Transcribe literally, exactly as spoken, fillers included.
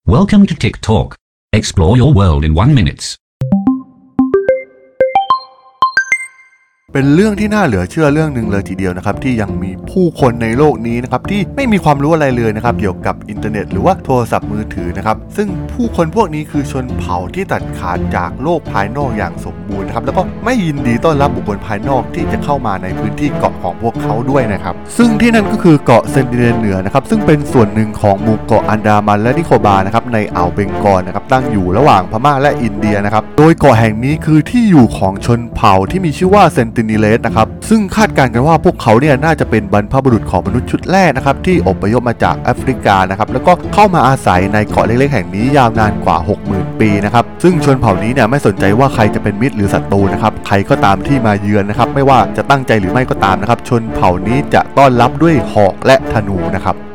Welcome to TikTok. Explore your world in one minute. เป็นเรื่องที่น่าเหลือเชื่อเรื่องหนึ่งเลยทีเดียวนะครับที่ยังมีผู้คนในโลกนี้นะครับที่ไม่มีความรู้อะไรเลยนะครับเกี่ยวกับอินเทอร์เน็ตหรือว่าโทรศัพท์มือถือนะครับซึ่งผู้คนพวกนี้คือชนเผ่าที่ตัดขาดจากโลกภายนอกอย่างสมบูรณ์นะครับแล้วก็ไม่ยินดีต้อนรับบุคคลภายนอกที่จะเข้ามาในพื้นที่เกาะของพวกเขาด้วยนะครับซึ่งที่นั่นก็คือเกาะเซนติเนลเหนือนะครับซึ่งเป็นส่วนหนึ่งของหมู่เกาะอันดามันและนิโคบานะครับในอ่าวเบงกอลนะครับตั้งอยู่ระหว่างพม่าและอินเดียนะครับโดยเกาะแห่งนี้คือที่อยู่ของชนเผ่าที่มีชื่อว่าเซนติเนเลสนะครับซึ่งคาดการณ์กันว่าพวกเขาเนี่ยน่าจะเป็นบรรพบุรุษของมนุษย์ชุดแรกนะครับที่อพยพมาจากแอฟริกานะครับแล้วก็เข้ามาอาศัยในเกาะเล็กๆแห่งนี้ยาวนานกว่า หกหมื่น ปีนะครับซึ่งชนเผ่านี้เนี่ยไม่สนใจว่าใครจะเป็นมิตรหรือศัตรูนะครับใครก็ตามที่มาเยือนนะครับไม่ว่าจะตั้งใจหรือไม่ก็ตามนะครับชนเผ่านี้จะต้อนรับด้วยหอกและธนูนะครับ